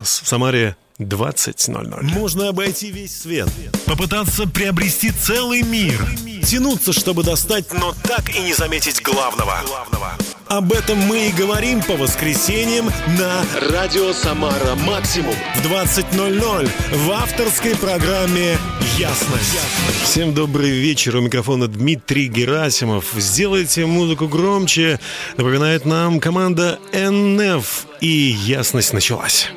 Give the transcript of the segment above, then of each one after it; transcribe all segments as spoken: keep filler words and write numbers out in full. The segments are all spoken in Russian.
сейчас в Самаре двадцать ноль ноль. Можно обойти весь свет, попытаться приобрести целый мир, тянуться, чтобы достать, но так и не заметить главного. Об этом мы и говорим по воскресеньям на Радио Самара Максимум в двадцать ноль ноль в авторской программе «Ясность». Всем добрый вечер. У микрофона Дмитрий Герасимов. Сделайте музыку громче. Напоминает нам команда эн эф. И ясность началась.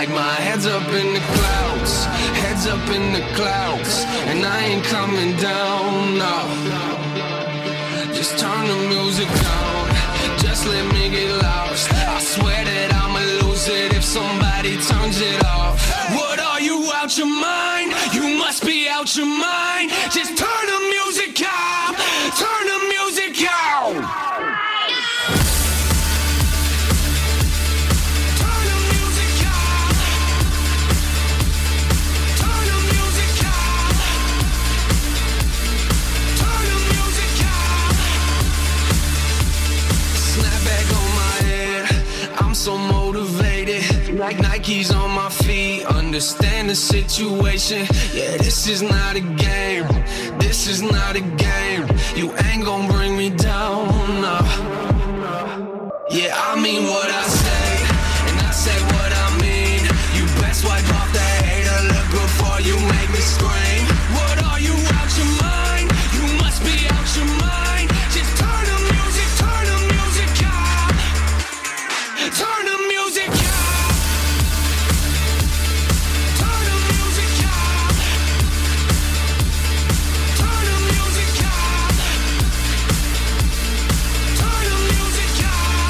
Just let me get lost. I swear that I'ma lose it if somebody turns it off. What are you, out your mind? You must be out your mind. Just turn the music out. Turn the music out. So motivated, like Nike's on my feet. Understand the situation. Yeah, this is not a game. This is not a game. You ain't gon' bring me down. No. Yeah, I mean what I say, and I say what I mean. You best wipe off that hater look before you make me scream. What are you, out your mind? You must be out your mind. Just turn the music, turn the music out. Turn the music out. Turn the music out. Turn the music out. Turn the music out.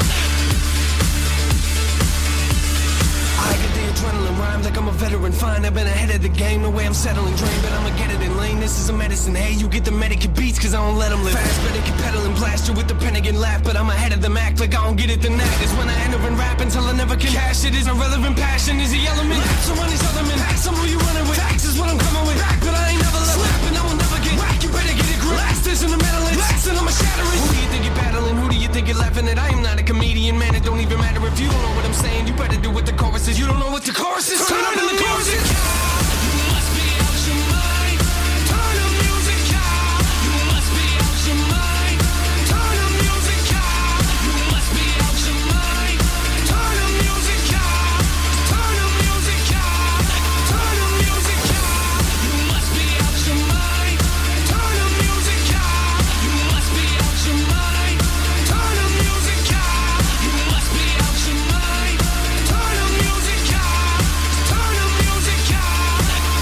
I get the adrenaline rhymes like I'm a veteran. Fine, I've been ahead of the game. No way I'm settling dream, but I'ma get it in lane. This is a medicine. Hey, you get the Medicaid beats, cause I don't let them live fast, but they can pedal and blast you with the Pentagon laugh. But I'm ahead of the Mac, like I don't get it, then that is when I enter and rap until I never can cash it. Is irrelevant, passion is the element. So run these other men, some who you running with. Facts is what I'm coming with. Back, but I ain't never left. Slap and I will never get whack. You better get it grip. Last is in the metal, last and I'ma shatter it. Who do you think you're battling? Who do you think you're laughing at? I am not a comedian, man. It don't even matter if you don't know what I'm saying. You better do what the chorus is. You don't know what the chorus is. Turn up in the chorus is. You must be out your mind. Turn the music out. You must be out your mind. Turn the music out. You must be out your mind. Turn the music out. Turn the music out. Turn the music out. You must be out your mind. Turn the music out. You must be out your mind. Turn the music out. You must be out your mind. Turn the music out. Turn the music out.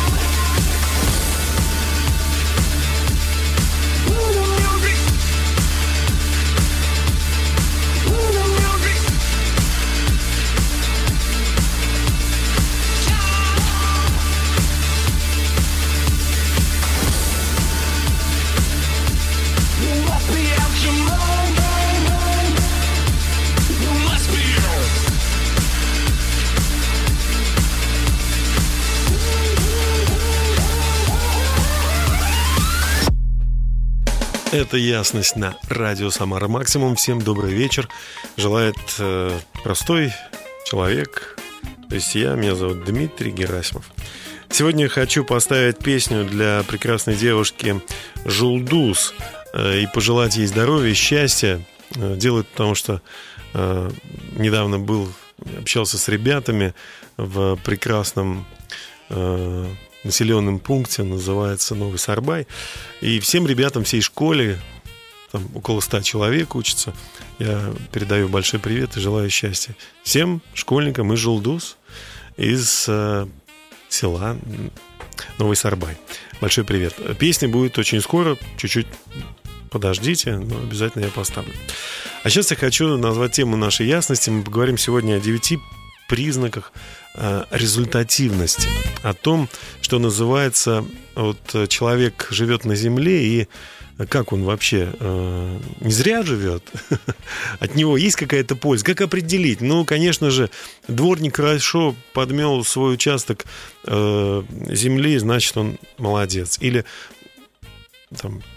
Это ясность на Радио Самара Максимум. Всем добрый вечер. Желает э, простой человек. То есть я, меня зовут Дмитрий Герасимов. Сегодня хочу поставить песню для прекрасной девушки Жулдуз э, и пожелать ей здоровья, счастья. Э, делает, потому что э, недавно был, общался с ребятами в прекрасном э, населенном пункте, называется Новый Сарбай. И всем ребятам, всей школе, там около ста человек учатся, я передаю большой привет и желаю счастья. Всем школьникам из Жулдуз, из э, села Новый Сарбай. Большой привет. Песня будет очень скоро, чуть-чуть подождите, но обязательно я поставлю. А сейчас я хочу назвать тему нашей ясности. Мы поговорим сегодня о девяти признаках э, результативности, о том, что называется, вот человек живет на земле, и как он вообще э, не зря живет, от него есть какая-то польза. Как определить? Ну, конечно же, дворник хорошо подмел свой участок э, земли, значит, он молодец. Или там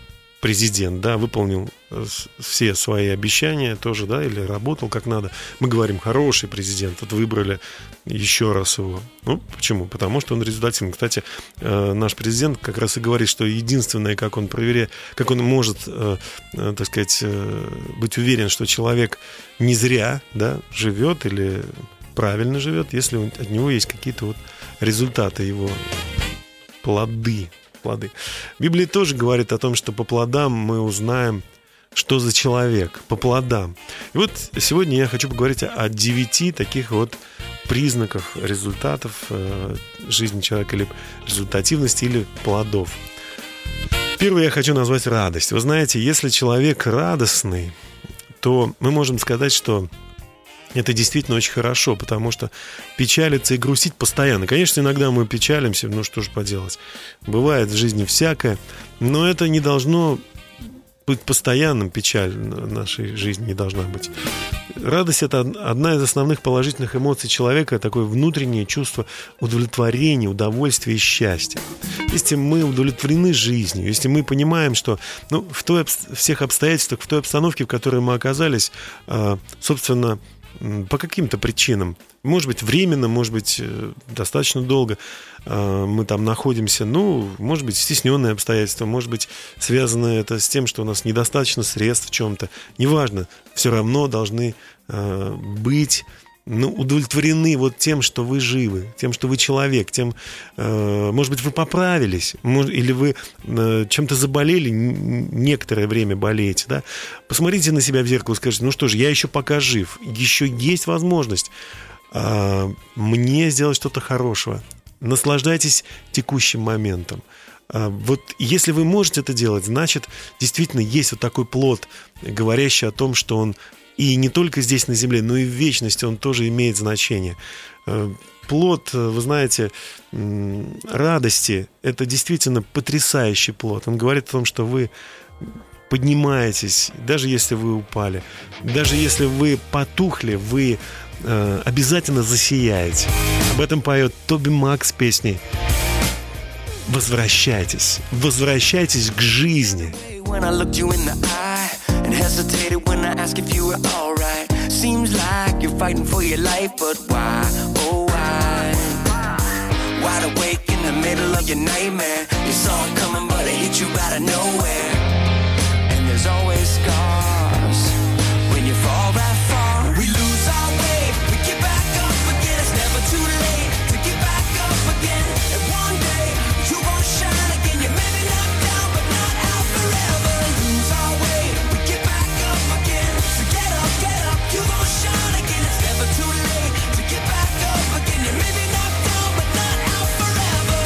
президент, да, выполнил все свои обещания тоже, да, или работал как надо. Мы говорим, хороший президент, вот выбрали еще раз его. Ну, почему? Потому что он результативный. Кстати, наш президент как раз и говорит, что единственное, как он проверяет, как он может, так сказать, быть уверен, что человек не зря, да, живет или правильно живет, если от него есть какие-то вот результаты, его плоды. Плоды. Библия тоже говорит о том, что по плодам мы узнаем, что за человек, по плодам. И вот сегодня я хочу поговорить о девяти таких вот признаках результатов э, жизни человека, или результативности, или плодов. Первый я хочу назвать радость. Вы знаете, если человек радостный, то мы можем сказать, что это действительно очень хорошо, потому что печалиться и грустить постоянно. Конечно, иногда мы печалимся, ну что же поделать. Бывает в жизни всякое, но это не должно быть постоянным, печаль в нашей жизни не должна быть. Радость – это одна из основных положительных эмоций человека, такое внутреннее чувство удовлетворения, удовольствия и счастья. Если мы удовлетворены жизнью, если мы понимаем, что ну, в той, всех обстоятельствах, в той обстановке, в которой мы оказались, собственно, по каким-то причинам, может быть, временно, может быть, достаточно долго мы там находимся, ну, может быть, стесненные обстоятельства, может быть, связано это с тем, что у нас недостаточно средств в чем-то. Неважно, все равно должны быть, ну, удовлетворены вот тем, что вы живы, тем, что вы человек, тем, может быть, вы поправились, или вы чем-то заболели, некоторое время болеете, да? Посмотрите на себя в зеркало и скажите, ну что же, я еще пока жив, еще есть возможность мне сделать что-то хорошего. Наслаждайтесь текущим моментом. Вот если вы можете это делать, значит, действительно есть вот такой плод, говорящий о том, что он и не только здесь на земле, но и в вечности он тоже имеет значение. Плод, вы знаете, радости – это действительно потрясающий плод. Он говорит о том, что вы поднимаетесь, даже если вы упали, даже если вы потухли, вы э, обязательно засияете. Об этом поет Тоби Макс песней «Возвращайтесь, возвращайтесь к жизни». And hesitated when I asked if you were alright. Seems like you're fighting for your life, but why, oh why? Wide awake in the middle of your nightmare. You saw it coming, but it hit you out of nowhere. And there's always scars when you fall that far. We lose our way, we get back up again. It's never too late to get back up again. And one day you gon' shine again. You may be knocked down, but not out forever. Lose our way. You gon' shine again, it's never too late to get back up again. You may be knocked down, but not out forever.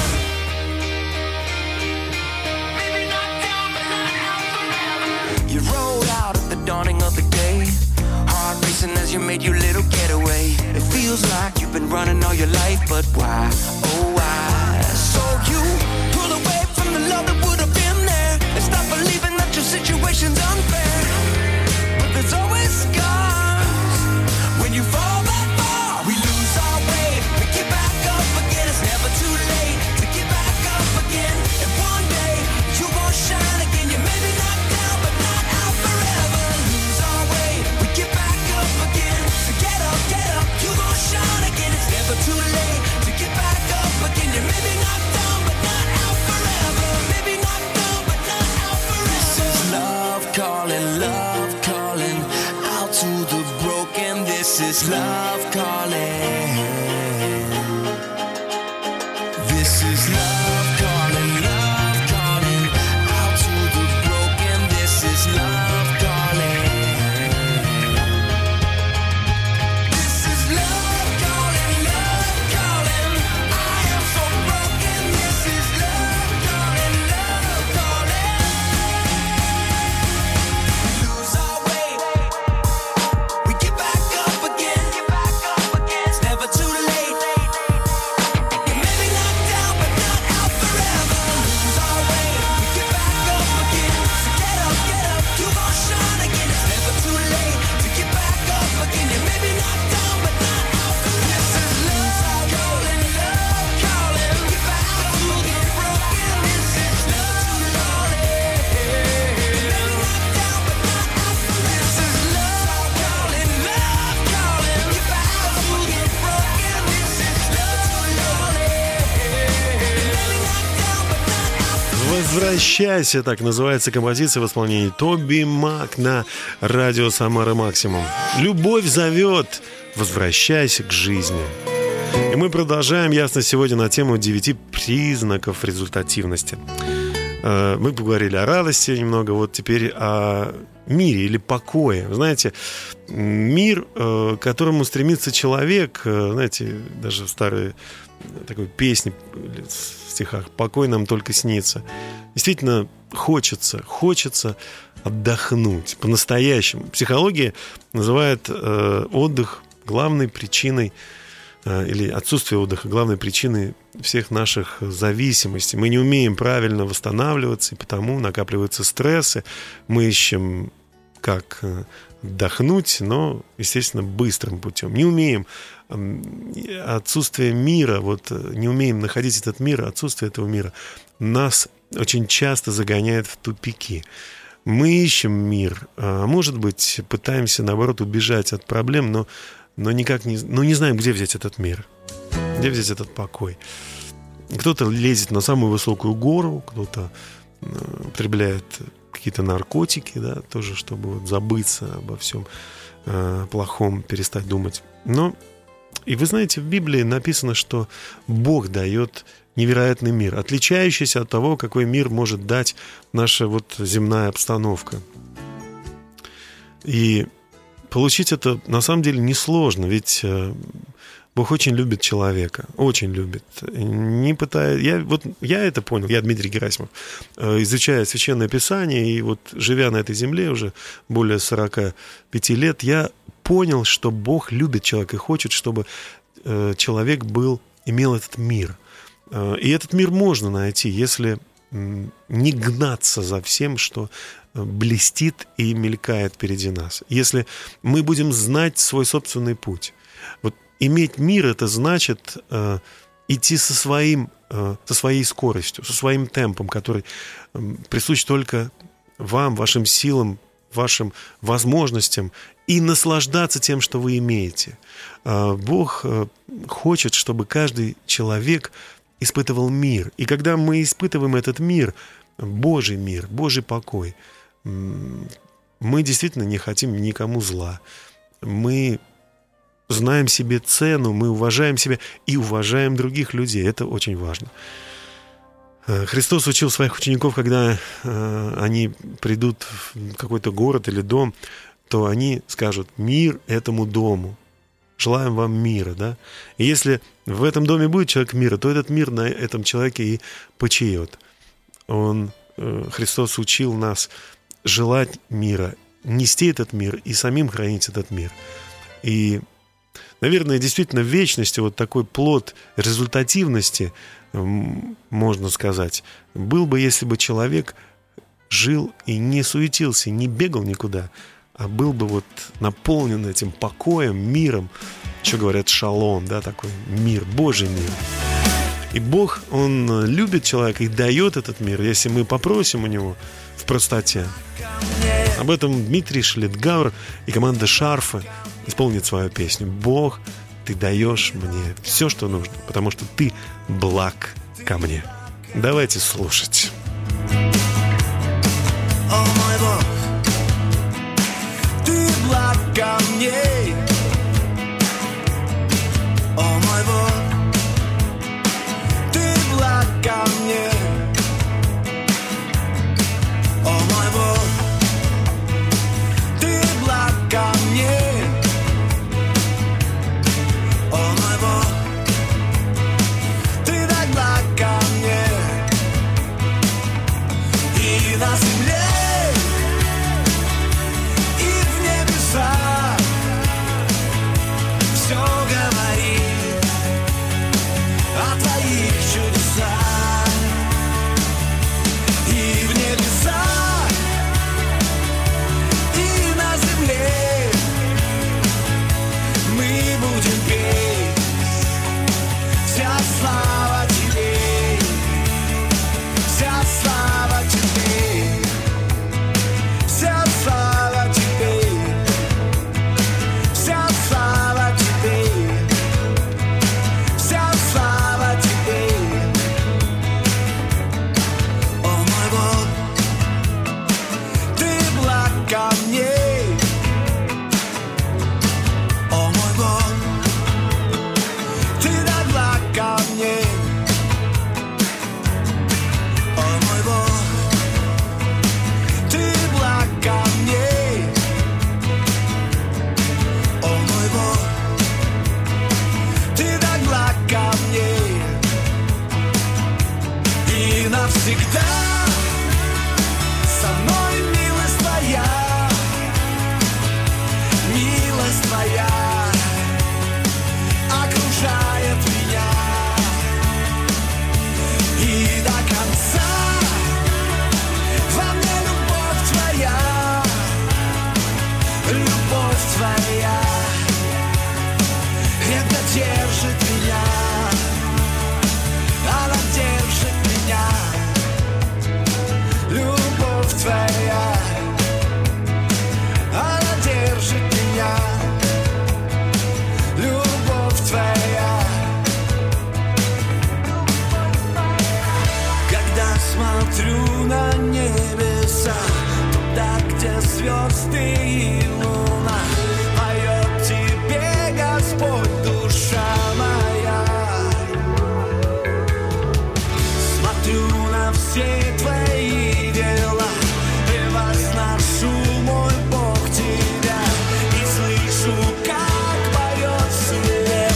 Maybe knocked down, but not out forever. You rolled out at the dawning of the day, heart racing as you made your little getaway. It feels like you've been running all your life, but why, oh why? So you pull away from the love that would have been there, and stop believing that your situation's unfair. But there's always scars. When you fall that far, we lose our way. We get back up again. It's never too late to get back up again. And one day you gon' shine again. You may be knocked down, but not out forever. Lose our way. We get back up again. So get up, get up. You gon' shine again. It's never too late to get back up again. You may be knocked down, but not out forever. Maybe knocked down, but not out forever. This is love calling, love calling out to the broken. This is love calling. This is love calling, love calling out to the broken. This is love calling. This is love calling, love calling. I am so broken. This is love calling, love calling. We lose our way. We get back up again. «Возвращайся», так называется композиция в исполнении Тоби Мак на радио «Самара Максимум». Любовь зовет, возвращайся к жизни. И мы продолжаем ясно сегодня на тему девяти признаков результативности. Мы поговорили о радости немного, вот теперь о мире или покое. Знаете, мир, к которому стремится человек, знаете, даже в старой такой песне в стихах «Покой нам только снится». Действительно, хочется, хочется отдохнуть по-настоящему. Психология называет э, отдых главной причиной э, или отсутствие отдыха главной причиной всех наших зависимостей. Мы не умеем правильно восстанавливаться, и потому накапливаются стрессы. Мы ищем, как отдохнуть, но, естественно, быстрым путем. Не умеем отсутствие мира, вот не умеем находить этот мир, отсутствие этого мира нас очень часто загоняет в тупики. Мы ищем мир, а может быть, пытаемся, наоборот, убежать от проблем, но, но никак не, но не знаем, где взять этот мир, где взять этот покой. Кто-то лезет на самую высокую гору, кто-то употребляет какие-то наркотики, да, тоже, чтобы вот забыться обо всем э, плохом, перестать думать. Но, и вы знаете, в Библии написано, что Бог дает невероятный мир, отличающийся от того, какой мир может дать наша вот земная обстановка. И получить это на самом деле несложно, ведь э, Бог очень любит человека, очень любит. Не пытая... я, вот, я это понял, я Дмитрий Герасимов, э, изучая Священное Писание, и вот живя на этой земле уже более сорока пяти лет, я понял, что Бог любит человека и хочет, чтобы э, человек был, имел этот мир. Э, и этот мир можно найти, если э, не гнаться за всем, что блестит и мелькает впереди нас. Если мы будем знать свой собственный путь. Вот иметь мир — это значит э, идти со, своим, э, со своей скоростью, со своим темпом, который э, присущ только вам, вашим силам, вашим возможностям, и наслаждаться тем, что вы имеете. Э, Бог э, хочет, чтобы каждый человек испытывал мир. И когда мы испытываем этот мир, Божий мир, Божий покой, мы действительно не хотим никому зла. Мы знаем себе цену, мы уважаем себя и уважаем других людей. Это очень важно. Христос учил своих учеников, когда они придут в какой-то город или дом, то они скажут: «Мир этому дому». Желаем вам мира, да? И если в этом доме будет человек мира, то этот мир на этом человеке и почиет. Он, Христос учил нас желать мира, нести этот мир и самим хранить этот мир. И, наверное, действительно в вечности вот такой плод результативности, можно сказать, был бы, если бы человек жил и не суетился, не бегал никуда, а был бы вот наполнен этим покоем, миром, что говорят, шалом, да, такой мир, Божий мир. И Бог, Он любит человека и дает этот мир, если мы попросим у Него в простоте. Об этом Дмитрий Шлетгауэр и команда «Шарфы» исполнит свою песню. «Бог, ты даешь мне все, что нужно, потому что ты благ ко мне». Давайте слушать. О, мой Бог, ты благ ко мне. О, мой Бог, ты благ ко мне. О, мой Бог, ты благ ко мне. О, мой Бог, ты так благ ко мне. И на земле, и в небесах все говорит о твоих чудесах. И в небесах, и на земле мы будем петь. Вся слава тебе, вся слава тебе, вся слава тебе, вся слава тебе, вся слава тебе. О, всегда со мной, милость твоя, милость твоя окружает меня. И до конца во мне любовь твоя, любовь твоя, это держит меня, она держит меня, любовь твоя, она держит меня, любовь твоя. Когда смотрю на небеса, туда, где звезды и луна, поет тебе, Господь, душа моя. Смотрю на все твои дела и возношу, мой Бог, тебя, и слышу, как поет вселенная.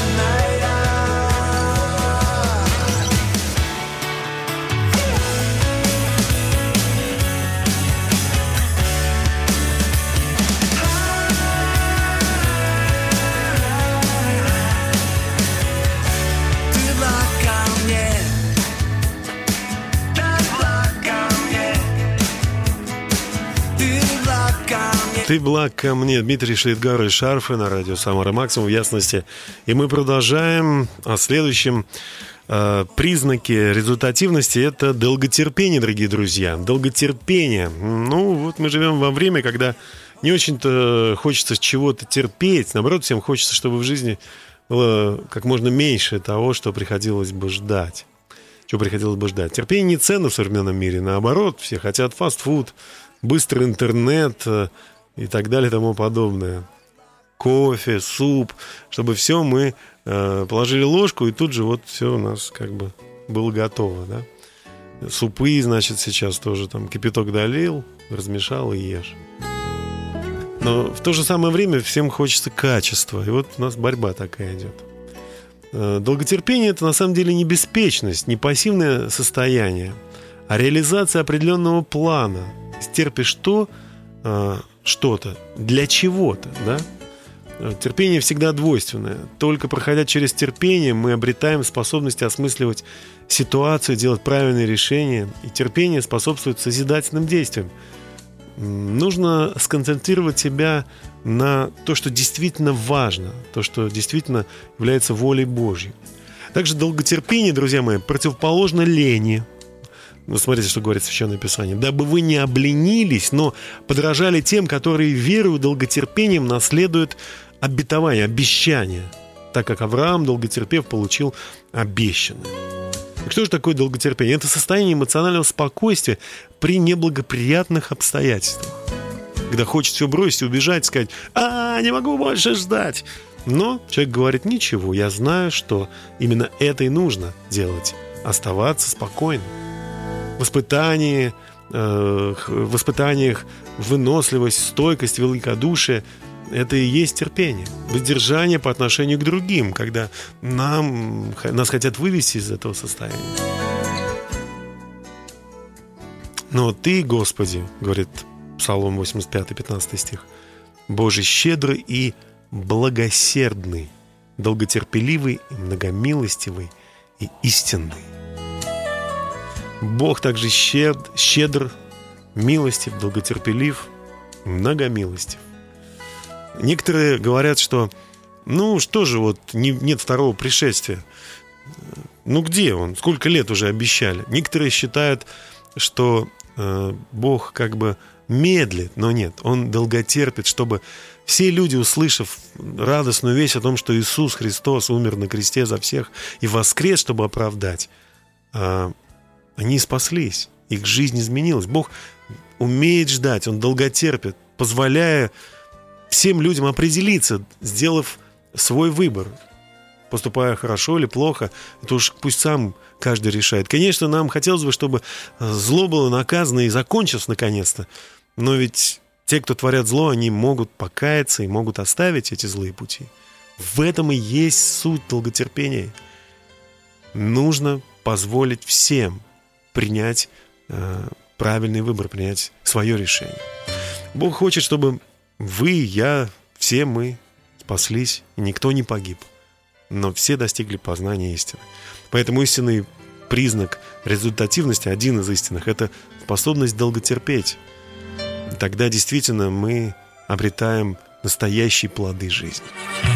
Ты благ ко мне, так благ ко мне, ты благ ко мне. Ты благ ко мне. Дмитрий Шлитгар и Шарфы на радио «Самара Максимум» в Ясности. И мы продолжаем о следующем. Э, признаки результативности – это долготерпение, дорогие друзья. Долготерпение. Ну, вот мы живем во время, когда не очень-то хочется чего-то терпеть. Наоборот, всем хочется, чтобы в жизни было как можно меньше того, что приходилось бы ждать. Чего приходилось бы ждать. Терпение не ценно в современном мире. Наоборот, все хотят фастфуд, быстрый интернет э, и так далее и тому подобное. Кофе, суп, чтобы все мы э, положили ложку, и тут же вот все у нас как бы было готово, да? Супы, значит, сейчас тоже там кипяток долил, размешал и ешь. Но в то же самое время всем хочется качества, и вот у нас борьба такая идет. Э, долготерпение – это на самом деле не беспечность, не пассивное состояние, а реализация определенного плана. Терпишь то, э, что-то для чего-то, да? Терпение всегда двойственное. Только проходя через терпение, мы обретаем способность осмысливать ситуацию, делать правильные решения. И терпение способствует созидательным действиям. Нужно сконцентрировать себя на то, что действительно важно, то, что действительно является волей Божьей. Также долготерпение, друзья мои, противоположно лени. Ну, смотрите, что говорит Священное Писание. «Дабы вы не обленились, но подражали тем, которые верою и долготерпением наследуют обетование, обещание, так как Авраам, долготерпев, получил обещанное». И что же такое долготерпение? Это состояние эмоционального спокойствия при неблагоприятных обстоятельствах. Когда хочется все бросить, убежать, сказать: «А, не могу больше ждать». Но человек говорит: «Ничего, я знаю, что именно это и нужно делать. Оставаться спокойным». В испытании, э, в испытаниях выносливость, стойкость, великодушие – это и есть терпение. Воздержание по отношению к другим, когда нам, нас хотят вывести из этого состояния. «Но Ты, Господи, – говорит Псалом восемьдесят пять, пятнадцатый стих, – Боже щедрый и благосердный, долготерпеливый и многомилостивый и истинный». Бог также щед, щедр, милостив, долготерпелив, многомилостив. Некоторые говорят, что ну что же, вот не, нет второго пришествия. Ну где он? Сколько лет уже обещали? Некоторые считают, что э, Бог как бы медлит, но нет, Он долготерпит, чтобы все люди, услышав радостную весть о том, что Иисус Христос умер на кресте за всех и воскрес, чтобы оправдать, э, они спаслись, их жизнь изменилась. Бог умеет ждать, Он долготерпит, позволяя всем людям определиться, сделав свой выбор. Поступая хорошо или плохо, это уж пусть сам каждый решает. Конечно, нам хотелось бы, чтобы зло было наказано и закончилось наконец-то. Но ведь те, кто творят зло, они могут покаяться и могут оставить эти злые пути. В этом и есть суть долготерпения. Нужно позволить всем принять э, правильный выбор, принять свое решение. Бог хочет, чтобы вы, я, все мы спаслись, и никто не погиб, но все достигли познания истины. Поэтому истинный признак результативности, один из истинных, это способность долготерпеть. И тогда действительно мы обретаем настоящие плоды жизни.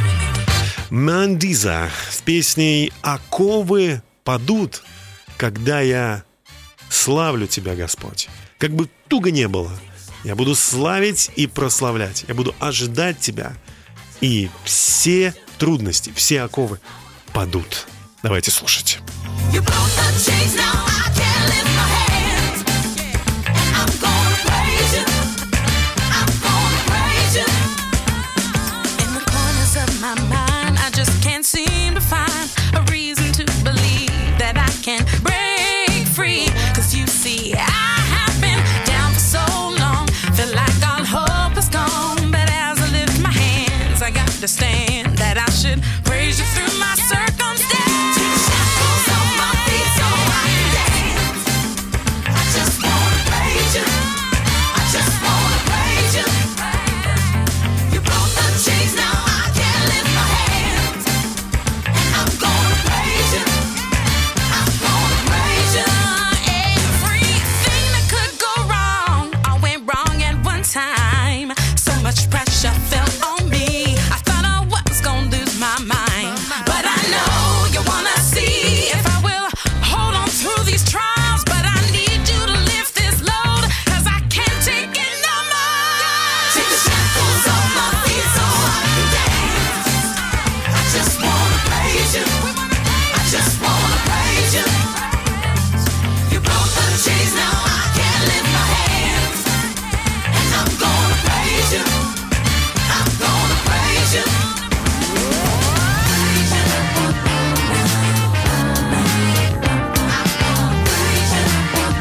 Мандиза с песней «Оковы падут, когда я славлю Тебя, Господь». Как бы туго не было, я буду славить и прославлять. Я буду ожидать Тебя, и все трудности, все оковы падут. Давайте слушать. Seem to find a reason to believe that I can break free. Cause you see, I have been down for so long, feel like all hope is gone. But as I lift my hands, I got to stand that I should praise you through my circumstance. Take the shackles off my feet so I can dance. I just wanna praise you. I just wanna praise you. You broke the chains, now I can lift my hands. I'm gonna praise you. I'm gonna praise you. Everything that could go wrong, all went wrong at one time. So much pressure fell on me. I thought I was gonna lose my mind. But I know you wanna see if I will hold on through these trials. But I need you to lift this load, cause I can't take it no more. Take the shackles off my feet so I can dance. I just wanna praise you. I just wanna praise you. You broke the chains, now I can lift my hands. And I'm gonna praise you. I'm gonna praise you. Praise you. I'm gonna praise you.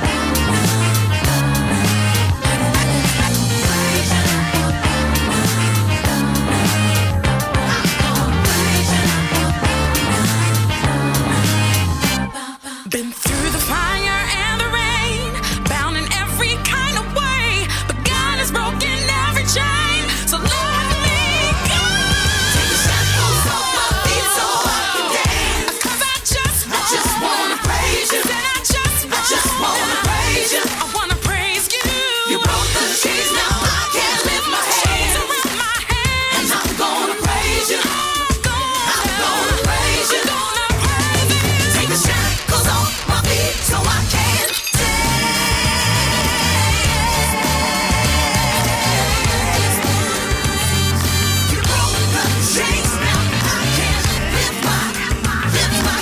Been through the fire and the rain, bound in every kind of way, but God has broken every chain, so let me go. Take the shackles off my feet so I can dance. 'Cause I just wanna, I just wanna praise you. Said I just wanna, I just wanna praise you. I wanna praise you. You broke the chains, now I can lift my hands. Around my hands. And I'm gonna praise you. I'm gonna, I'm gonna praise you. I'm gonna praise you. Take the shackles off my feet so I can dance. You broke the chains, now I can lift my, lift my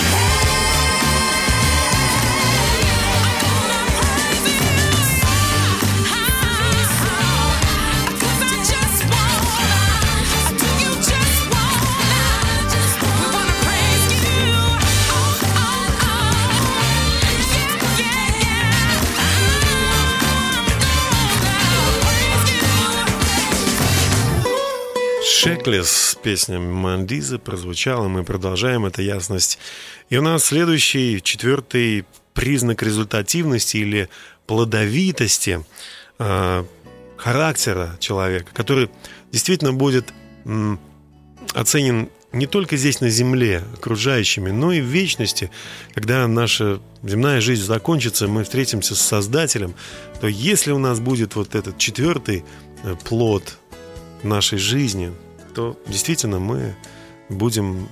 Шеклес, песня Мандиза прозвучала, мы продолжаем, это ясность. И у нас следующий, четвертый признак результативности или плодовитости э, характера человека, который действительно будет м, оценен не только здесь на земле окружающими, но и в вечности, когда наша земная жизнь закончится, мы встретимся с Создателем, то если у нас будет вот этот четвертый э, плод нашей жизни, то действительно мы будем,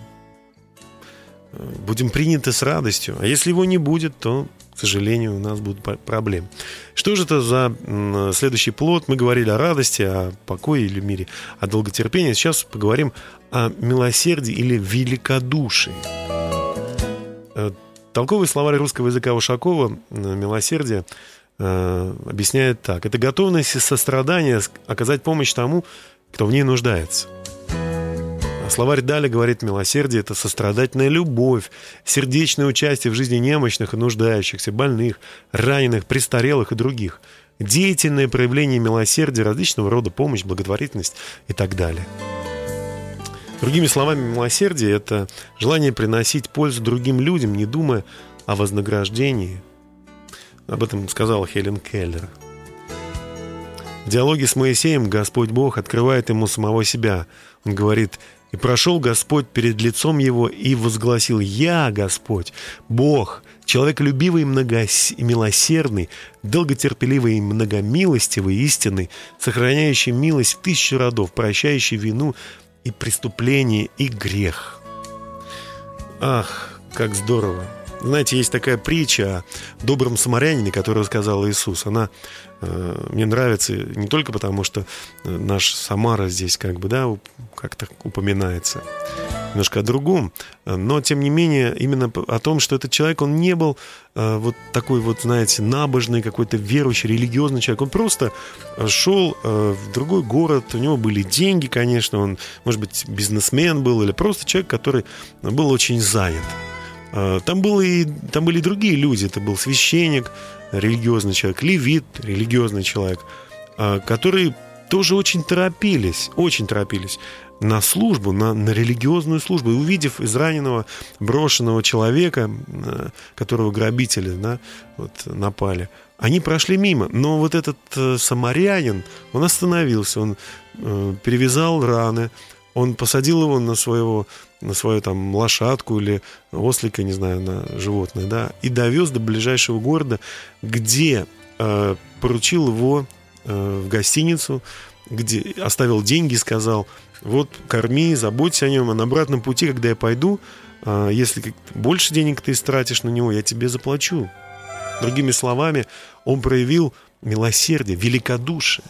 будем приняты с радостью. А если его не будет, то, к сожалению, у нас будут проблемы. Что же это за следующий плод? Мы говорили о радости, о покое или мире, о долготерпении. Сейчас поговорим о милосердии или великодушии. Толковый словарь русского языка Ушакова «Милосердие» объясняет так. Это готовность и сострадание оказать помощь тому, кто в ней нуждается. А словарь Даля говорит, милосердие – это сострадательная любовь, сердечное участие в жизни немощных и нуждающихся, больных, раненых, престарелых и других, деятельное проявление милосердия, различного рода помощь, благотворительность и так далее. Другими словами, милосердие – это желание приносить пользу другим людям, не думая о вознаграждении. Об этом сказала Хелен Келлер. В диалоге с Моисеем Господь Бог открывает ему самого себя. Он говорит: «И прошел Господь перед лицом его и возгласил: Я, Господь, Бог, человеколюбивый и многос... милосердный, долготерпеливый и многомилостивый, истинный, сохраняющий милость в тысячу родов, прощающий вину и преступление и грех». Ах, как здорово! Знаете, есть такая притча о добром самарянине, которую сказал Иисус. Она э, мне нравится не только потому, что наш Самара здесь как бы, да, как-то упоминается, немножко о другом, но, тем не менее, именно о том, что этот человек, он не был э, вот такой вот, знаете, набожный, какой-то верующий, религиозный человек. Он просто шел э, в другой город, у него были деньги, конечно, он, может быть, бизнесмен был, или просто человек, который был очень занят. Там, было и, там были и другие люди. Это был священник, религиозный человек, левит, религиозный человек, которые тоже очень торопились, очень торопились на службу, на, на религиозную службу. И увидев израненного, брошенного человека, которого грабители, да, вот, напали, они прошли мимо. Но вот этот самарянин, он остановился, он перевязал раны, он посадил его на своего, на свою там лошадку или ослика, не знаю, на животное, да, и довез до ближайшего города, где э, поручил его э, в гостиницу, где оставил деньги и сказал: вот, корми, заботься о нем, а на обратном пути, когда я пойду, э, если больше денег ты истратишь на него, я тебе заплачу. Другими словами, он проявил милосердие, великодушие.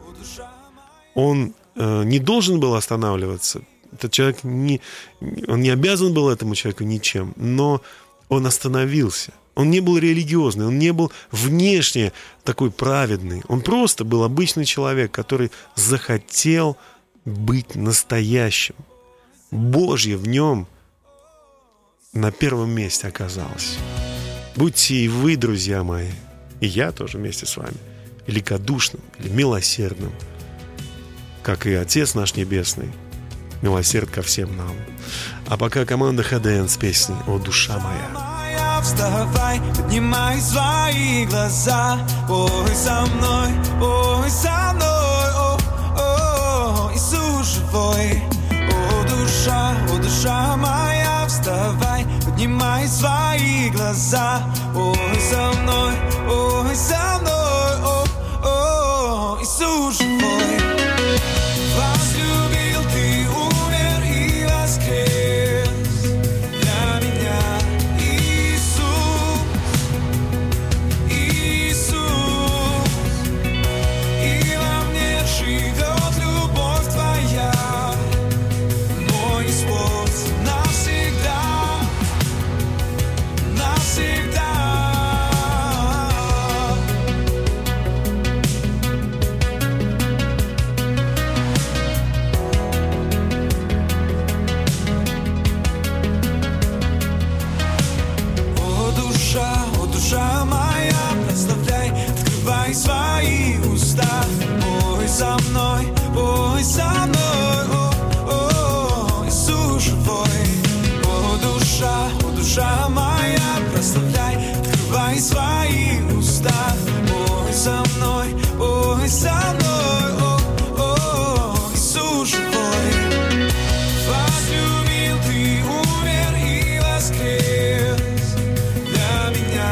Он не должен был останавливаться. Этот человек не, он не обязан был этому человеку ничем, но он остановился. Он не был религиозный, он не был внешне такой праведный. Он просто был обычный человек, который захотел быть настоящим. Божье в нем на первом месте оказалось. Будьте и вы, друзья мои, и я тоже вместе с вами, великодушным или милосердным, как и Отец наш Небесный, милосерд ко всем нам. А пока команда ХДН с песней «О, душа моя». Вставай, поднимай свои глаза. Ой, со мной, ой, со мной, о, о, Иисус живой. О, душа, о, душа моя, вставай, поднимай свои глаза. Ой, со мной, ой, со мной, о, о, Иисус живой. Возлюбил ты, умер и воскрес для меня, Иисус, Иисус, и во мне живет любовь твоя, мой Господь, навсегда, навсегда. Душа моя, прославляй, открывай свои уста. Ой, со мной, ой, со мной, о, о, Иисус живой. О, душа, о, душа моя, прославляй, открывай свои уста. Ой, со мной, ой, со мной, о, о, Иисус живой. Возлюбил ты, умер и воскрес для меня.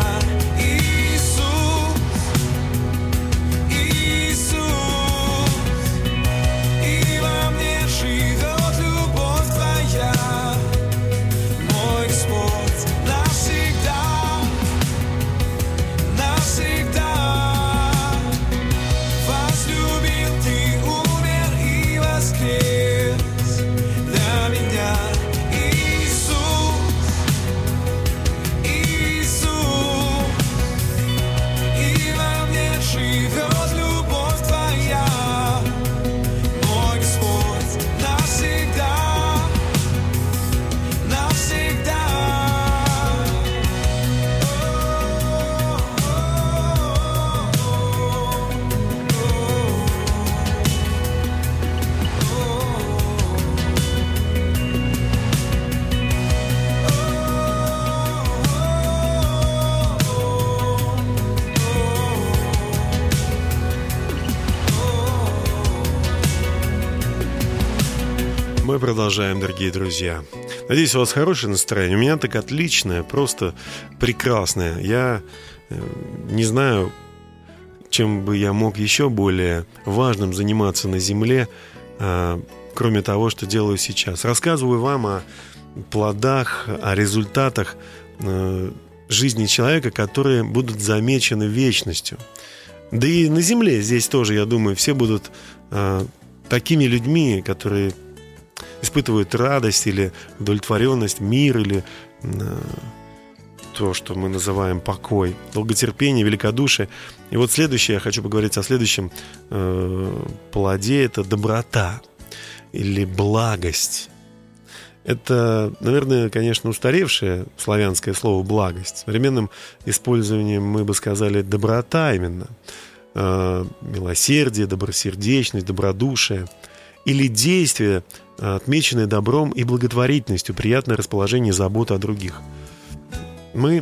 Мы продолжаем, дорогие друзья. Надеюсь, у вас хорошее настроение. У меня так отличное, просто прекрасное. Я не знаю, чем бы я мог еще более важным заниматься на земле, кроме того, что делаю сейчас. Рассказываю вам о плодах, о результатах жизни человека, которые будут замечены вечностью. Да и на земле здесь тоже, я думаю, все будут такими людьми, которые испытывают радость или удовлетворенность, мир или э, то, что мы называем покой, долготерпение, великодушие. И вот следующее, я хочу поговорить о следующем э, плоде, это доброта или благость. Это, наверное, конечно, устаревшее славянское слово «благость». Современным использованием мы бы сказали «доброта» именно. Э, милосердие, добросердечность, добродушие. Или действие, отмеченное добром и благотворительностью, приятное расположение и забота о других. Мы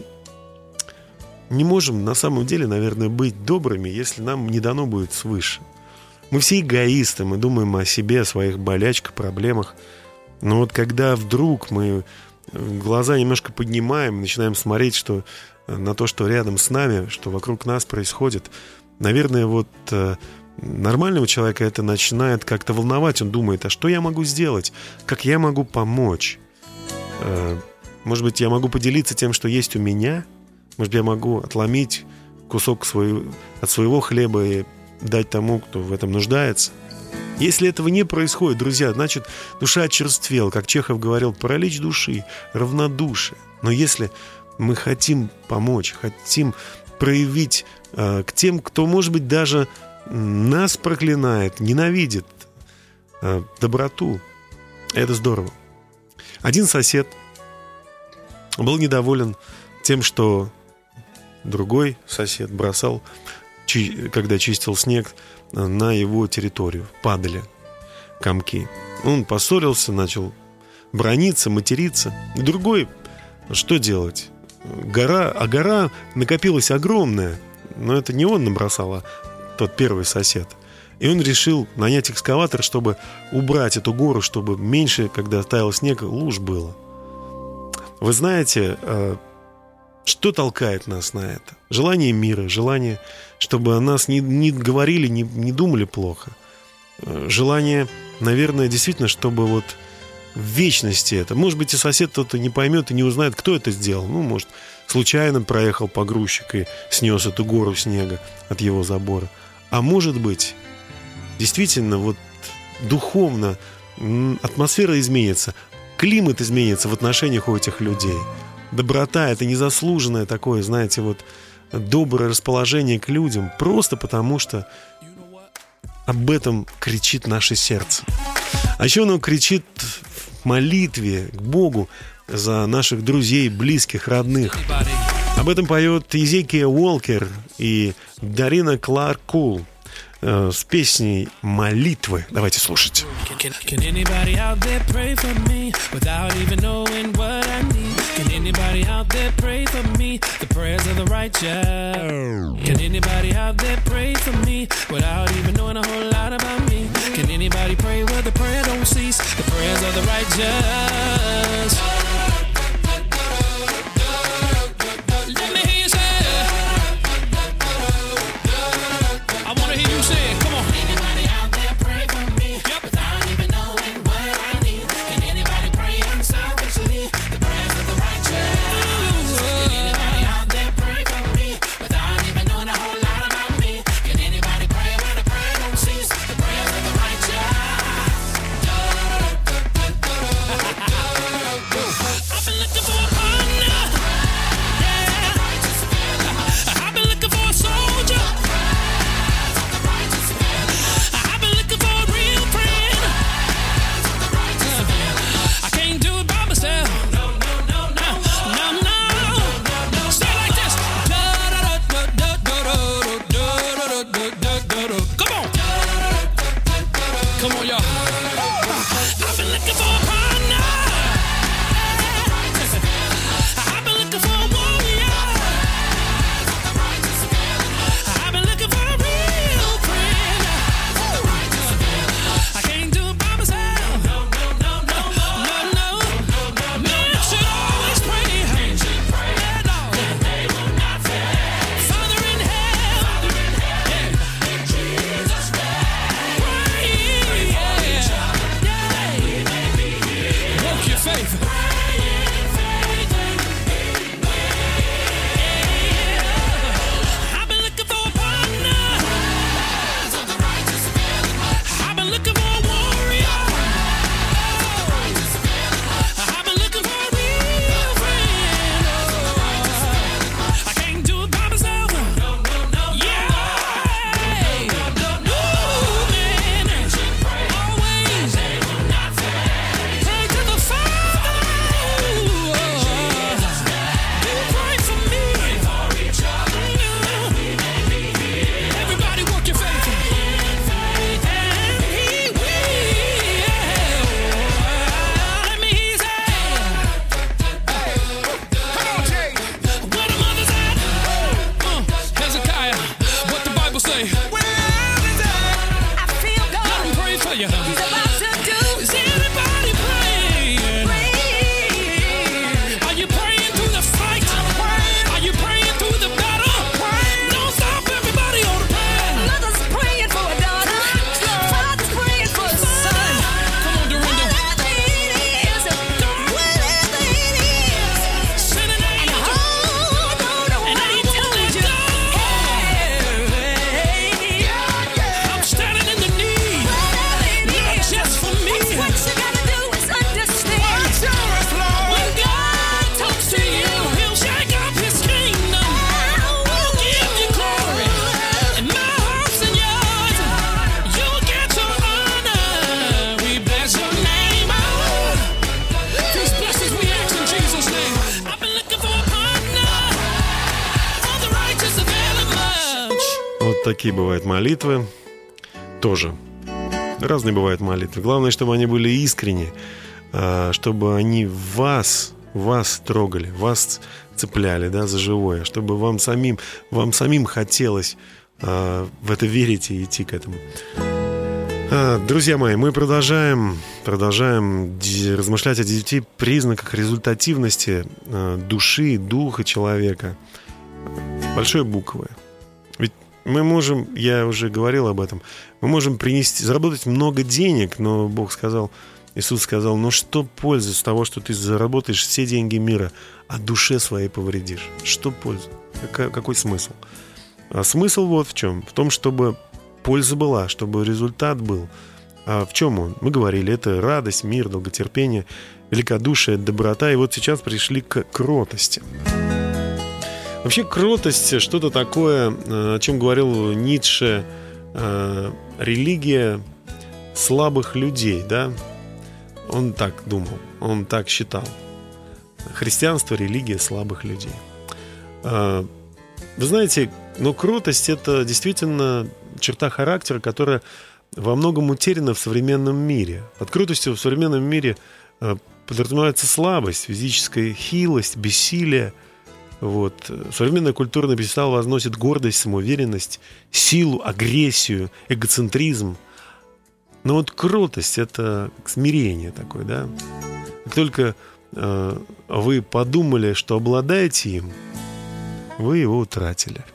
не можем на самом деле, наверное, быть добрыми, если нам не дано будет свыше. Мы все эгоисты, мы думаем о себе, о своих болячках, проблемах. Но вот когда вдруг мы глаза немножко поднимаем, начинаем смотреть что, на то, что рядом с нами, что вокруг нас происходит, наверное, вот... нормального человека это начинает как-то волновать. Он думает, а что я могу сделать? Как я могу помочь? Может быть, я могу поделиться тем, что есть у меня? Может быть, я могу отломить кусок своего, от своего хлеба и дать тому, кто в этом нуждается? Если этого не происходит, друзья, значит, душа очерствела. Как Чехов говорил, паралич души, равнодушие. Но если мы хотим помочь, хотим проявить э, к тем, кто, может быть, даже нас проклинает, ненавидит, э, доброту. Это здорово. Один сосед был недоволен тем, что другой сосед бросал, чи- когда чистил снег, на его территорию. Падали комки. Он поссорился, начал браниться, материться. И другой, что делать? Гора, а гора накопилась огромная. Но это не он набросал, а тот первый сосед. И он решил нанять экскаватор, чтобы убрать эту гору, чтобы меньше, когда таял снег, луж было. Вы знаете, что толкает нас на это? Желание мира, желание, чтобы о нас не, не говорили, не, не думали плохо. Желание, наверное, действительно, чтобы вот в вечности это. Может быть, и сосед кто-то не поймет и не узнает, кто это сделал. Ну, может, случайно проехал погрузчик и снес эту гору снега от его забора. А может быть, действительно, вот духовно атмосфера изменится, климат изменится в отношениях у этих людей. Доброта — это незаслуженное такое, знаете, вот доброе расположение к людям, просто потому что об этом кричит наше сердце. А еще оно кричит в молитве к Богу за наших друзей, близких, родных. Об этом поет Изекия Уолкер и Дарина Кларк Кул э, с песней «Молитвы». Давайте слушать. Can anybody out there pray for me without even knowing what I need? Can anybody out there pray for me? The prayers of the righteous. Can anybody out there pray for me without even knowing a whole lot about me? Can anybody pray where the prayer don't cease? The prayers of the righteous. Let me hear you say it. I want to hear you say it. Come on. Anybody out there pray for me? Yep. Without even knowing what I need. Can anybody pray unselfishly? The prayers of the righteous. Can anybody out there pray for me without even knowing a whole lot about me? Can anybody pray where the prayer don't cease? The prayers of the righteous. такие бывают молитвы. Тоже. Разные бывают молитвы. Главное, чтобы они были искренни, чтобы они вас, вас трогали, вас цепляли, да, за живое, чтобы вам самим, вам самим хотелось в это верить и идти к этому. Друзья мои, мы продолжаем, продолжаем размышлять о девяти признаках результативности души, духа человека. Большой буквы. Ведь мы можем, я уже говорил об этом, мы можем принести, заработать много денег, но Бог сказал, Иисус сказал, ну что пользы с того, что ты заработаешь все деньги мира, а душе своей повредишь? Что польза? Какой, какой смысл? А смысл вот в чем. В том, чтобы польза была, чтобы результат был. А в чем он? Мы говорили, это радость, мир, долготерпение, великодушие, доброта. И вот сейчас пришли к кротости. Вообще кротость, что-то такое, о чем говорил Ницше, религия слабых людей, да? Он так думал, он так считал. Христианство, религия слабых людей. Вы знаете, но кротость — это действительно черта характера, которая во многом утеряна в современном мире. Под кротостью в современном мире подразумевается слабость, физическая хилость, бессилие. Вот. Современная культура на пьедестал возносит гордость, самоуверенность, силу, агрессию, эгоцентризм. Но вот кротость — это смирение такое, да? Как только э, вы подумали, что обладаете им, вы его утратили.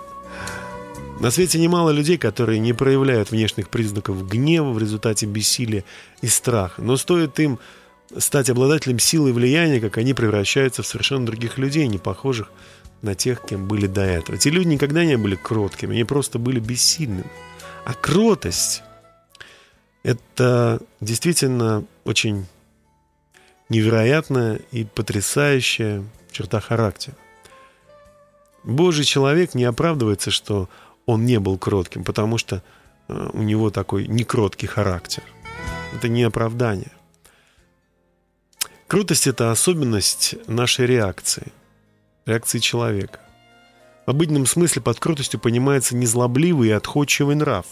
На свете немало людей, которые не проявляют внешних признаков гнева в результате бессилия и страха. Но стоит им стать обладателем силы и влияния, как они превращаются в совершенно других людей, не похожих на тех, кем были до этого. Эти люди никогда не были кроткими, они просто были бессильными. А кротость — это действительно очень невероятная и потрясающая черта характера. Божий человек не оправдывается, что он не был кротким, потому что у него такой некроткий характер. Это не оправдание. Кротость — это особенность нашей реакции, реакции человека. В обыденном смысле под кротостью понимается незлобливый и отходчивый нрав.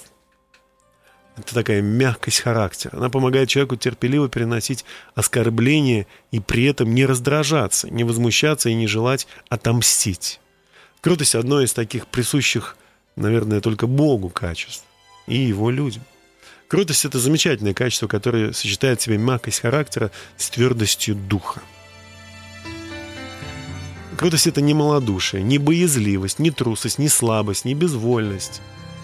Это такая мягкость характера. Она помогает человеку терпеливо переносить оскорбления и при этом не раздражаться, не возмущаться и не желать отомстить. Кротость — одно из таких присущих, наверное, только Богу качеств и Его людям. Кротость — это замечательное качество, которое сочетает в себе мягкость характера с твердостью духа. Кротость — это не малодушие, не боязливость, не трусость, не слабость, не безвольность.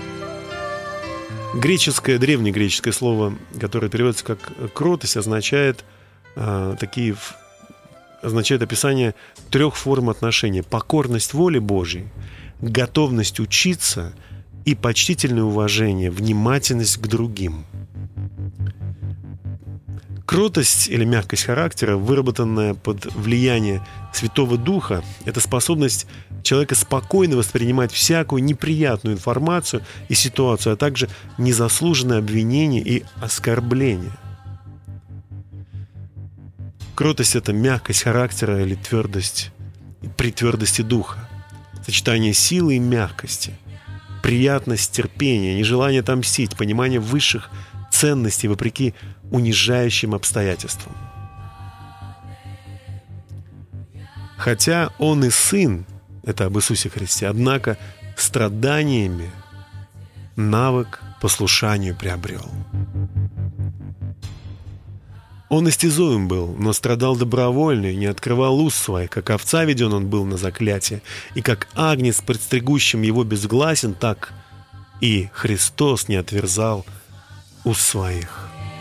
Греческое, древнегреческое слово, которое переводится как кротость, означает э, такие... означает описание трех форм отношения: покорность воле Божьей, готовность учиться и почтительное уважение, внимательность к другим. Кротость или мягкость характера, выработанная под влиянием Святого Духа, это способность человека спокойно воспринимать всякую неприятную информацию и ситуацию, а также незаслуженное обвинение и оскорбление. Кротость — это мягкость характера или твердость при твердости духа. Сочетание силы и мягкости, приятность терпения, нежелание отомстить, понимание высших ценностей вопреки унижающим обстоятельствам. Хотя Он и Сын, это об Иисусе Христе, однако страданиями навык послушанию приобрел. Он истязуем был, но страдал добровольно и не открывал уст своих. Как овца веден он был на заклятие, и как агнец, предстригущим его безгласен, так и Христос не отверзал уст своих.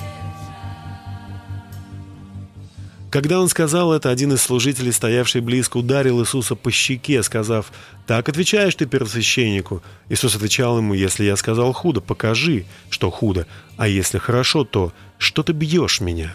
Когда он сказал это, один из служителей, стоявший близко, ударил Иисуса по щеке, сказав: «Так отвечаешь ты первосвященнику?» Иисус отвечал ему: «Если я сказал худо, покажи, что худо, а если хорошо, то что ты бьешь меня?»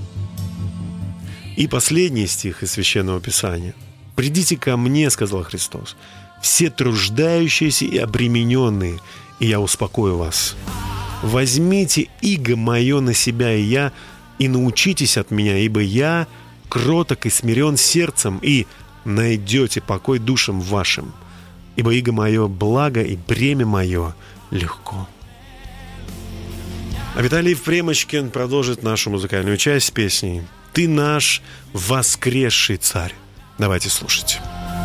И последний стих из Священного Писания. «Придите ко мне, — сказал Христос, — все труждающиеся и обремененные, и я успокою вас. Возьмите иго мое на себя, и я, и научитесь от меня, ибо я кроток и смирен сердцем, и найдете покой душам вашим, ибо иго мое благо и бремя мое легко. А Виталий Евпремочкин продолжит нашу музыкальную часть с песней «Ты наш воскресший царь». Давайте слушать.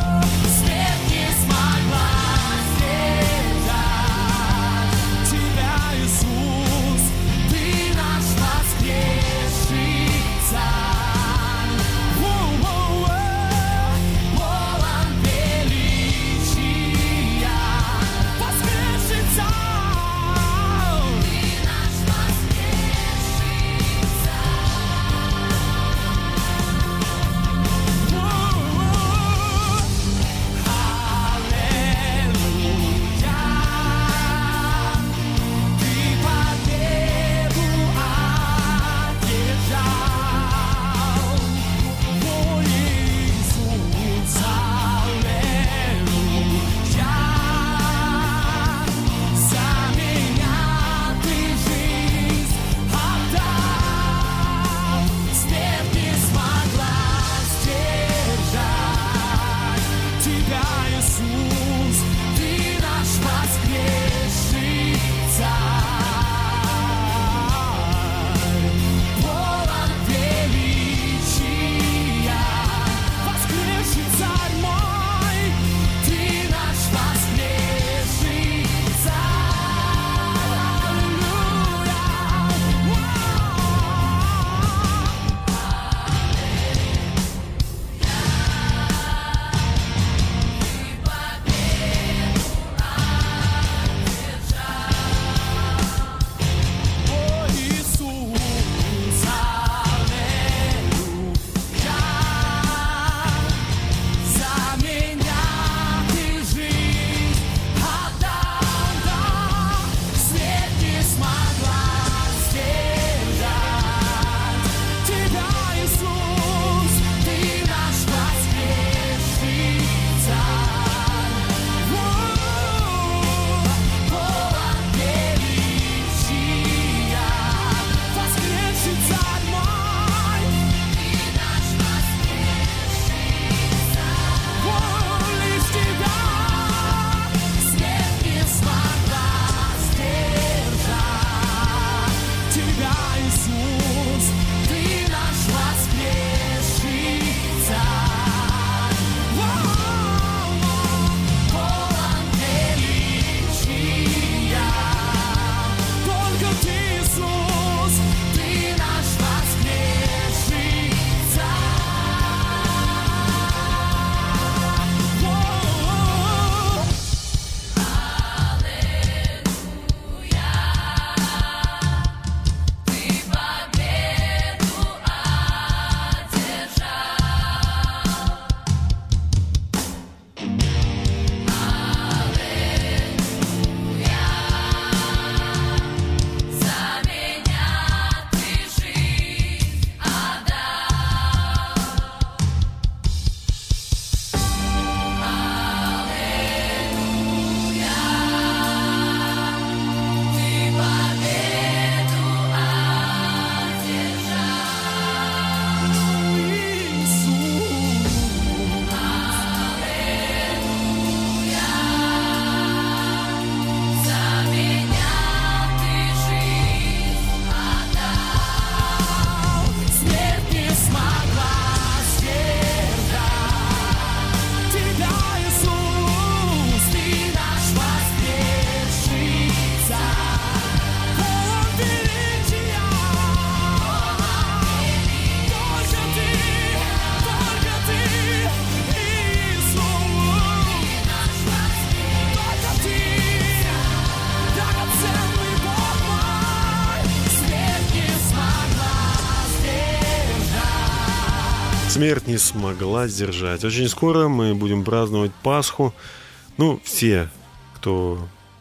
Смерть не смогла сдержать. Очень скоро мы будем праздновать Пасху. Ну, все, кто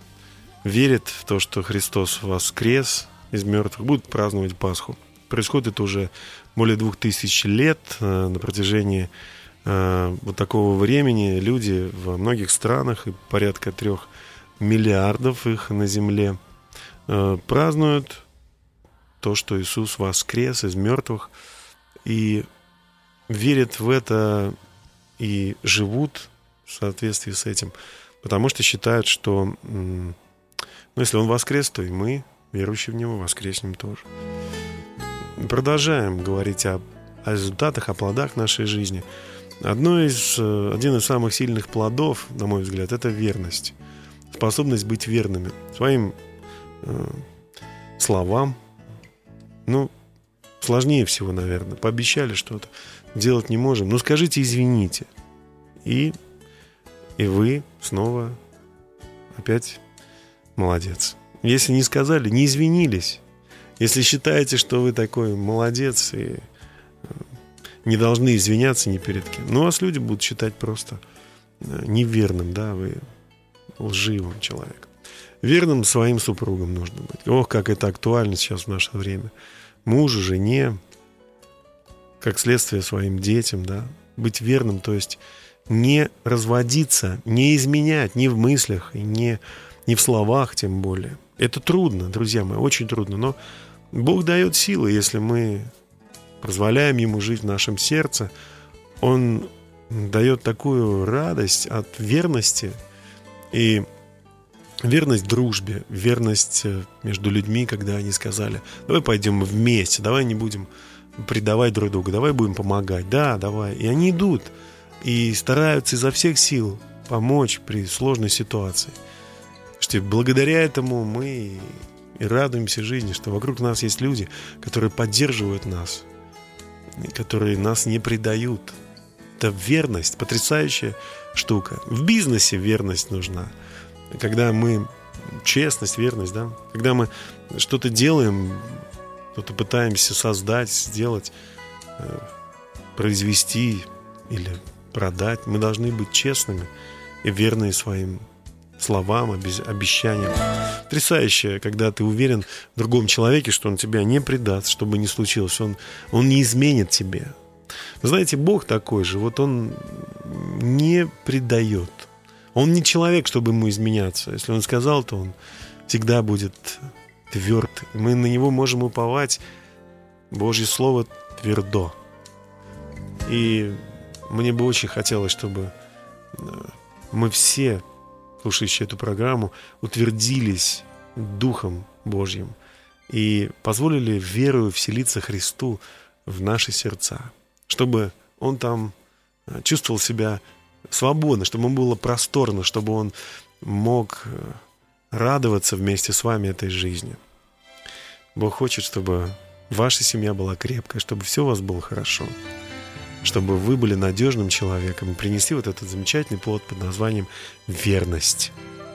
верит в то, что Христос воскрес из мертвых, будут праздновать Пасху. Происходит это уже более двух тысяч лет. На протяжении вот такого времени люди во многих странах, и порядка трех миллиардов их на земле, празднуют то, что Иисус воскрес из мертвых, и верят в это и живут в соответствии с этим. потому что считают, что ну, если Он воскрес, то и мы, верующие в Него, воскреснем тоже. Продолжаем говорить о, о результатах, о плодах нашей жизни. Одно из, один из самых сильных плодов, на мой взгляд, это верность. Способность быть верными своим э, словам. Ну, сложнее всего, наверное. Пообещали что-то, делать не можем. Ну, скажите «извините». И, и вы снова опять молодец. Если не сказали, не извинились. Если считаете, что вы такой молодец и не должны извиняться ни перед кем, ну, вас люди будут считать просто неверным, да, вы лживым человеком. Верным своим супругам нужно быть. Ох, как это актуально сейчас в наше время. Мужу, жене, как следствие своим детям, да. Быть верным, то есть не разводиться, не изменять ни в мыслях, и не, не в словах тем более. Это трудно, друзья мои, очень трудно. Но Бог дает силы, если мы позволяем Ему жить в нашем сердце. Он дает такую радость от верности. И верность в дружбе, верность между людьми, когда они сказали: давай пойдем вместе, давай не будем предавать друг друга, давай будем помогать. Да, давай. И они идут и стараются изо всех сил помочь при сложной ситуации. Что благодаря этому мы и радуемся жизни, что вокруг нас есть люди, которые поддерживают нас, которые нас не предают. Это верность, потрясающая штука. В бизнесе верность нужна. Когда мы... Честность, верность, да? Когда мы что-то делаем, что-то пытаемся создать, сделать, произвести или продать, мы должны быть честными и верными своим словам, обещаниям. Потрясающе, когда ты уверен в другом человеке, что он тебя не предаст, что бы ни случилось, он, он не изменит тебе. Вы знаете, Бог такой же, вот Он не предает. Он не человек, чтобы ему изменяться. Если Он сказал, то Он всегда будет тверд. Мы на Него можем уповать. Божье Слово твердо. И мне бы очень хотелось, чтобы мы все, слушающие эту программу, утвердились Духом Божьим и позволили верою вселиться Христу в наши сердца, чтобы Он там чувствовал себя свободно, чтобы ему было просторно, чтобы он мог радоваться вместе с вами этой жизнью. Бог хочет, чтобы ваша семья была крепкой, чтобы все у вас было хорошо, чтобы вы были надежным человеком и принесли вот этот замечательный плод под названием верность.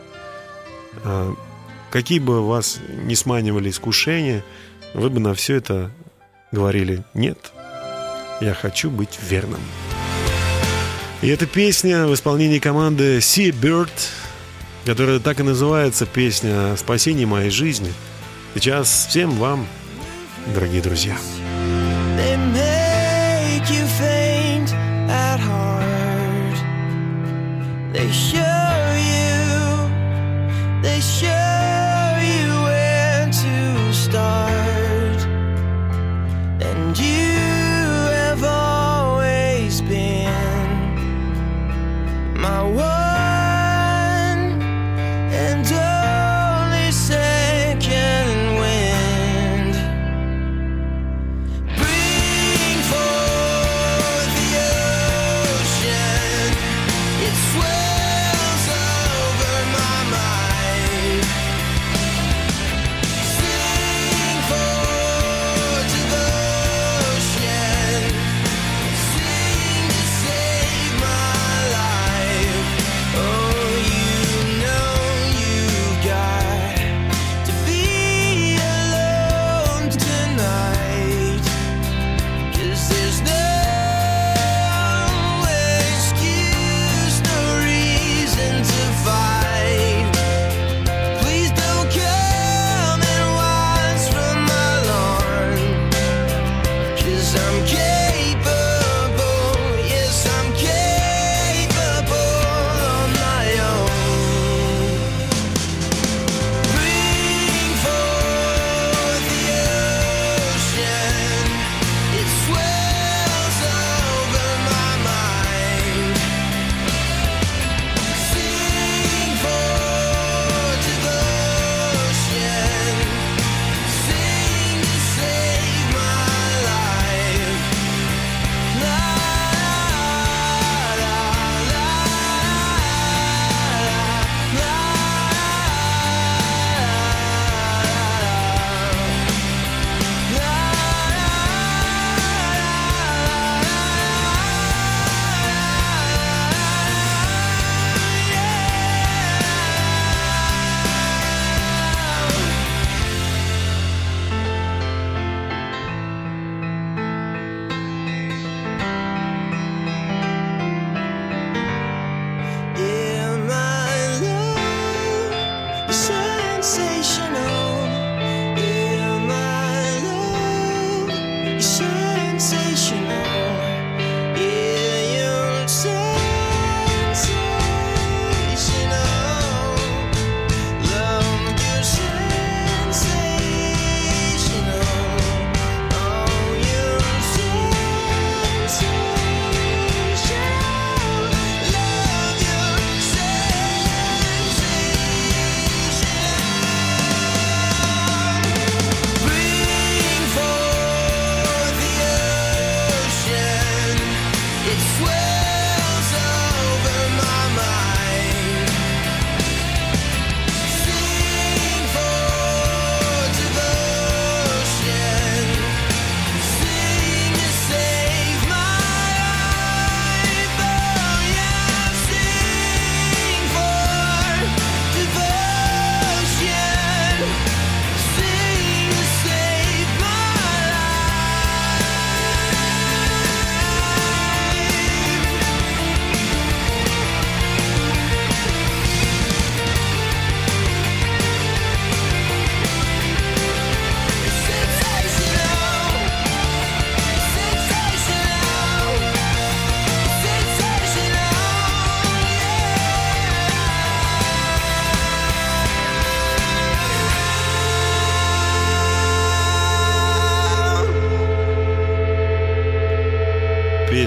Какие бы вас ни сманивали искушения, вы бы на все это говорили: нет, я хочу быть верным. И эта песня в исполнении команды Seabird, которая так и называется, песня «Спасение моей жизни», сейчас всем вам, дорогие друзья. Swells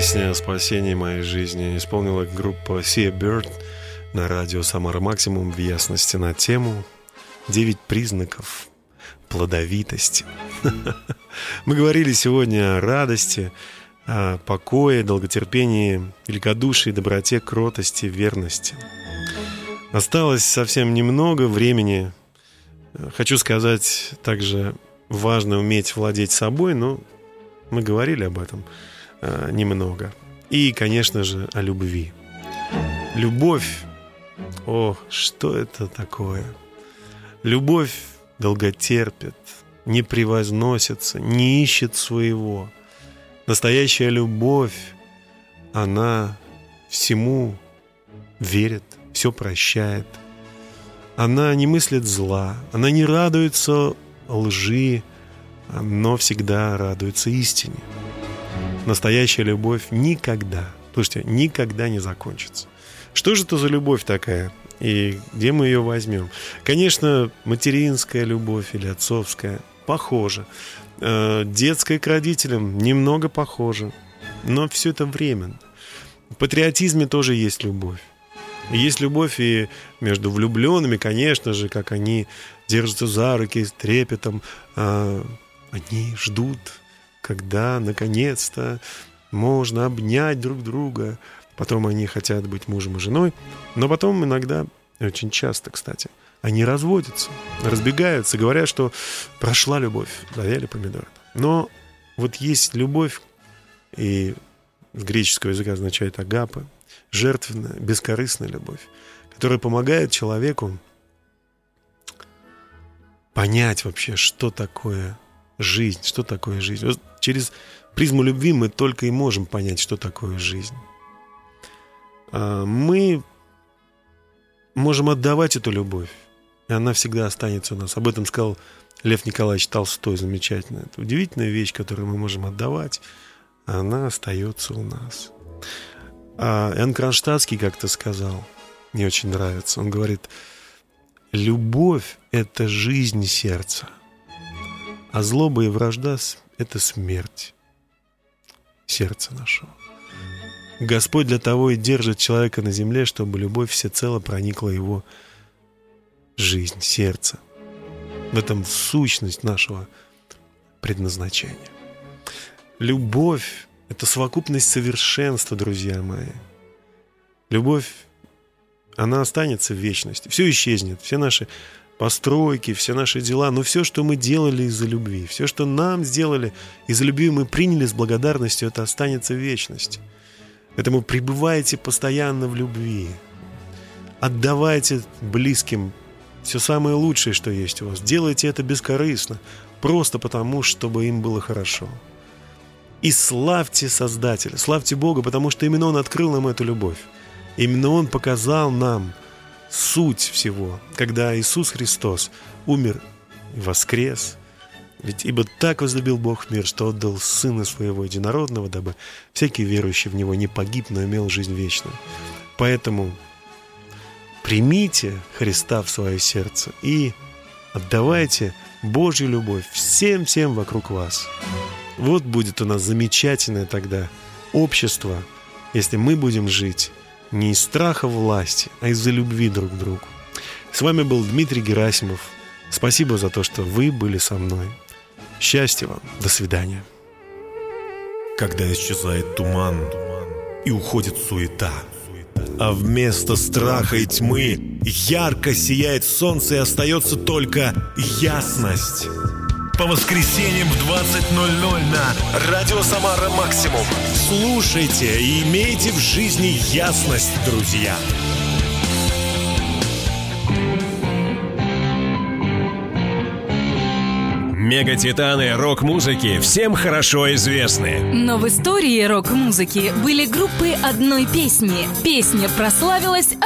Песня «Спасение моей жизни» исполнила группа Sea Bird на радио «Самара Максимум» в ясности на тему «Девять признаков плодовитости». Мы говорили сегодня о радости, о покое, долготерпении, великодушии, доброте, кротости, верности. Осталось совсем немного времени. Хочу сказать, также важно уметь владеть собой, но мы говорили об этом э, немного. И, конечно же, о любви. Любовь, о, что это такое? Любовь долготерпит, не превозносится, не ищет своего. Настоящая любовь, она всему верит, все прощает. Она не мыслит зла, она не радуется лжи, но всегда радуется истине. Настоящая любовь никогда, слушайте, никогда не закончится. Что же это за любовь такая? И где мы ее возьмем? Конечно, материнская любовь или отцовская похожа. Детская к родителям немного похожа. Но все это временно. В патриотизме тоже есть любовь. Есть любовь и между влюбленными, конечно же, как они держатся за руки с трепетом. Они ждут, когда наконец-то можно обнять друг друга. Потом они хотят быть мужем и женой. Но потом иногда, очень часто, кстати, они разводятся, разбегаются, говорят, что прошла любовь, завяли помидоры. Но вот есть любовь, и с греческого языка означает агапа, жертвенная, бескорыстная любовь, которая помогает человеку понять вообще, что такое жизнь, что такое жизнь. Вот через призму любви мы только и можем понять, что такое жизнь. Мы можем отдавать эту любовь, и она всегда останется у нас. Об этом сказал Лев Николаевич Толстой замечательно. Это удивительная вещь, которую мы можем отдавать, а она остается у нас. А Иоанн Кронштадтский как-то сказал, мне очень нравится, он говорит: любовь — это жизнь сердца, а злоба и вражда — это смерть сердца нашего. Господь для того и держит человека на земле, чтобы любовь всецело проникла в его жизнь, сердце. В этом сущность нашего предназначения. Любовь — это совокупность совершенства, друзья мои. Любовь, она останется в вечности. Все исчезнет, все наши постройки, все наши дела, но все, что мы делали из-за любви, все, что нам сделали из-за любви, мы приняли с благодарностью, это останется в вечности. Поэтому пребывайте постоянно в любви. Отдавайте близким все самое лучшее, что есть у вас. Делайте это бескорыстно, просто потому, чтобы им было хорошо. И славьте Создателя, славьте Бога, потому что именно Он открыл нам эту любовь. Именно Он показал нам суть всего, когда Иисус Христос умер и воскрес. Ведь ибо так возлюбил Бог мир, что отдал Сына Своего Единородного, дабы всякий верующий в Него не погиб, но имел жизнь вечную. Поэтому примите Христа в свое сердце и отдавайте Божью любовь всем-всем вокруг вас. Вот будет у нас замечательное тогда общество, если мы будем жить не из страха власти, а из-за любви друг к другу. С вами был Дмитрий Герасимов. Спасибо за то, что вы были со мной. Счастья вам. До свидания. Когда исчезает туман и уходит суета, а вместо страха и тьмы ярко сияет солнце и остается только ясность. По воскресеньям в двадцать ноль ноль на радио «Самара Максимум». Слушайте и имейте в жизни ясность, друзья. Мегатитаны рок-музыки всем хорошо известны. Но в истории рок-музыки были группы одной песни. Песня прославилась